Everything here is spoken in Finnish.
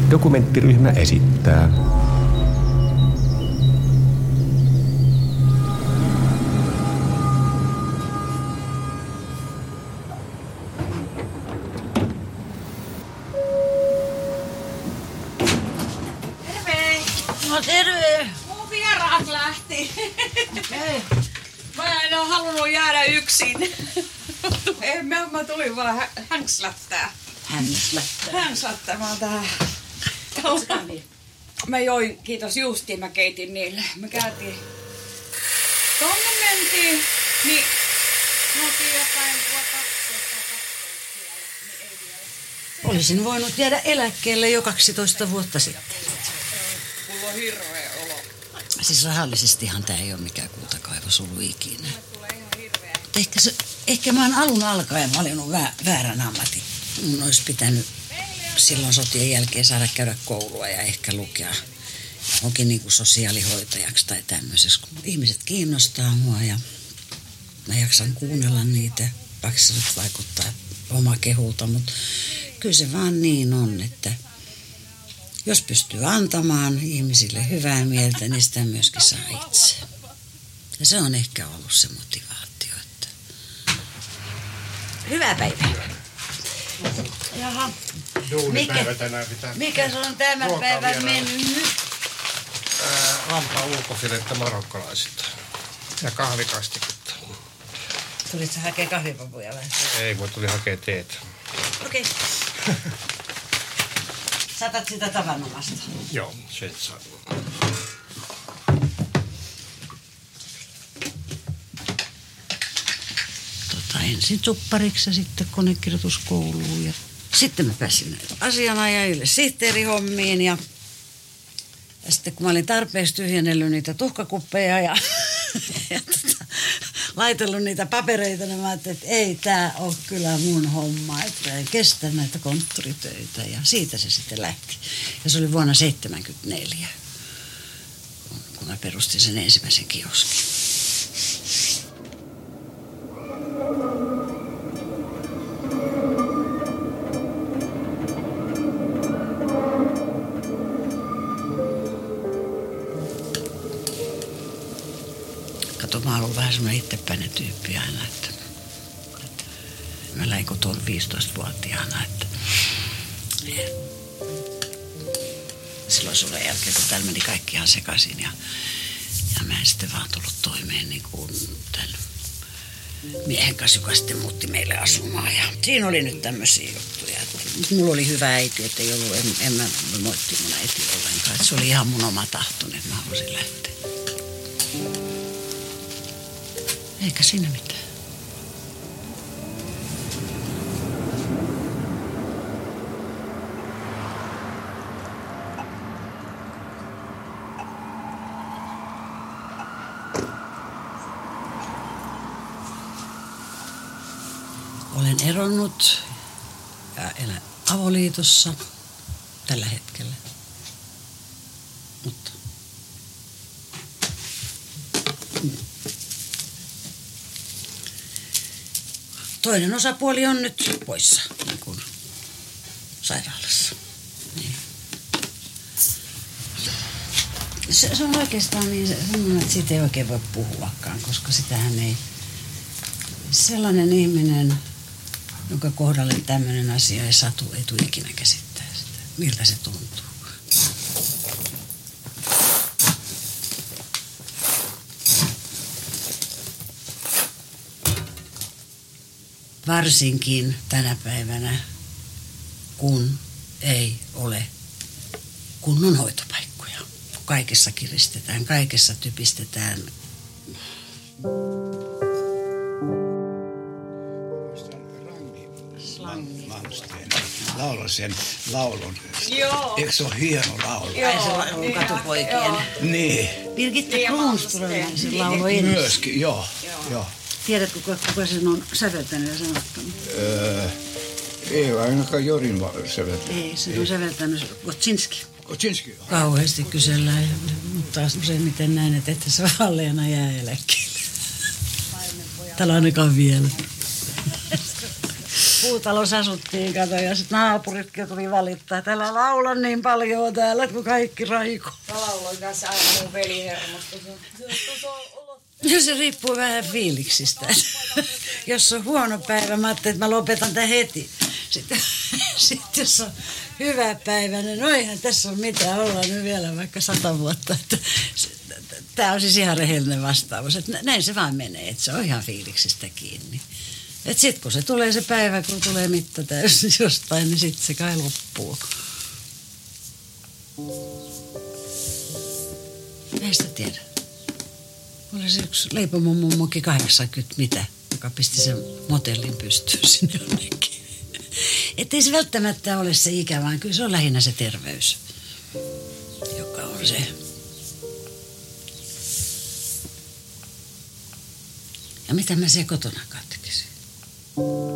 Dokumenttiryhmä esittää. Terve! No terve! Mun vieraat lähti. Mä en oo halunnut jäädä yksin. Mä tulin vaan hänkslättää. Hänkslättämään tähän. Mä join, kiitos justiin, mä keitin niille. Me käytiin. Tonne mentiin, niin me oltiin jotain Olisin voinut jäädä eläkkeelle jo 12 vuotta sitten. Mulla on hirveä olo. Siis rahallisestihan tää ei ole mikään kultakaivos ollut ikinä. Ehkä mä oon alun alkaen valinnut väärän ammatin. Mun olisi pitänyt silloin sotien jälkeen saada käydä koulua ja ehkä lukea johonkin niin kuin sosiaalihoitajaksi tai tämmöiseksi. Ihmiset kiinnostaa mua ja mä jaksan kuunnella niitä, vaikka se nyt vaikuttaa oma kehulta, mutta kyllä se vaan niin on, että jos pystyy antamaan ihmisille hyvää mieltä, niin sitä myöskin saa itse. Ja se on ehkä ollut se motivaatio. Että... Hyvää päivää. Jaha. Duunipäivä tänään pitää. Mikä se on tämän päivän mennyt? Lampaan ulkofilettä marokkolaisilta. Ja kahvikastiketta. Tulit sä hakee kahvipapuja vai? Ei, mä tulin hakee teetä. Okei. Saatat sitä tavanomasta. Joo, sen saa. Ensin suppariksi ja sitten konekirjoituskouluun. Ja sitten mä pääsin asianajajille sihteerihommiin ja sitten kun mä olin tarpeeksi tyhjennellyt niitä tuhkakuppeja ja laitellut niitä papereita, niin mä ajattelin, että ei tää ole kyllä mun homma, että en kestä näitä konttoritöitä ja siitä se sitten lähti. Ja se oli vuonna 1974, kun mä perustin sen ensimmäisen kioskin. Mä oon ollut vähän semmoinen itsepäinen tyyppi aina, että mä läin kotoon 15-vuotiaana, että silloin sodan jälkeen, kun täällä meni kaikki ihan sekaisin ja mä en sitten vaan tullut toimeen niin kuin tämän miehen kanssa, joka sitten muutti meille asumaan ja siinä oli nyt tämmöisiä juttuja, että mulla oli hyvä äiti, että ei ollut, en mä moitti mun äiti ollenkaan, että se oli ihan mun oma tahtoni, että mä halusin lähteä. Eikä siinä mitään. Olen eronnut ja elän avoliitossa tällä hetkellä. Mutta toinen osapuoli on nyt poissa, niin kuin sairaalassa. Niin. Se on oikeastaan niin, että siitä ei oikein voi puhuakaan, koska sitähän ei... Sellainen ihminen, jonka kohdalle tämmöinen asia ei satu, ei tule ikinä käsittää sitä. Miltä se tuntuu? Varsinkin tänä päivänä, kun ei ole kunnon hoitopaikkoja. Kaikessa kiristetään, kaikessa typistetään. Laulan sen laulun. Joo. Eikö se ole hieno laulu? Ai se on katupoikien. Niin. Birgitta Kronström se lauloi ensin. Myöskin, joo. Tiedätkö, kuka sen on säveltänyt ja sanottanut? Ei ainakaan Jorin säveltänyt. Ei, se on säveltänyt Kotsinski. Kotsinski, joo. Kauheasti kysellään, mutta useimmiten näin, että ette se valleena jää eläkkeelle. Täällä ainakaan vielä. puutalossa asuttiin, kato, ja sitten naapuritkin tuli valittaa, että älä laula niin paljon täällä, kun kaikki raiko. Mä lauloin tässä aina mun veli hermostui. Ja se riippuu vähän fiiliksistä. Jos on huono päivä, mä ajattelin, että mä lopetan tämän heti. Sitten jos on hyvä päivä, niin no eihän tässä ole mitään, ollaan nyt vielä vaikka 100 vuotta. Tämä on siis ihan rehellinen vastaus, että näin se vaan menee, että se on ihan fiiliksistä kiinni. Että sitten kun se tulee se päivä, kun tulee mitta täysin jostain, niin sitten se kai loppuu. Ei sitä tiedä. Oli se yksi leipomon mummokin 80 mitä, joka pisti sen motellin pystyyn sinne jonnekin. Että ei se välttämättä ole se ikä, vaan kyllä se on lähinnä se terveys, joka on se. Ja mitä mä siellä kotonakaan tekisin?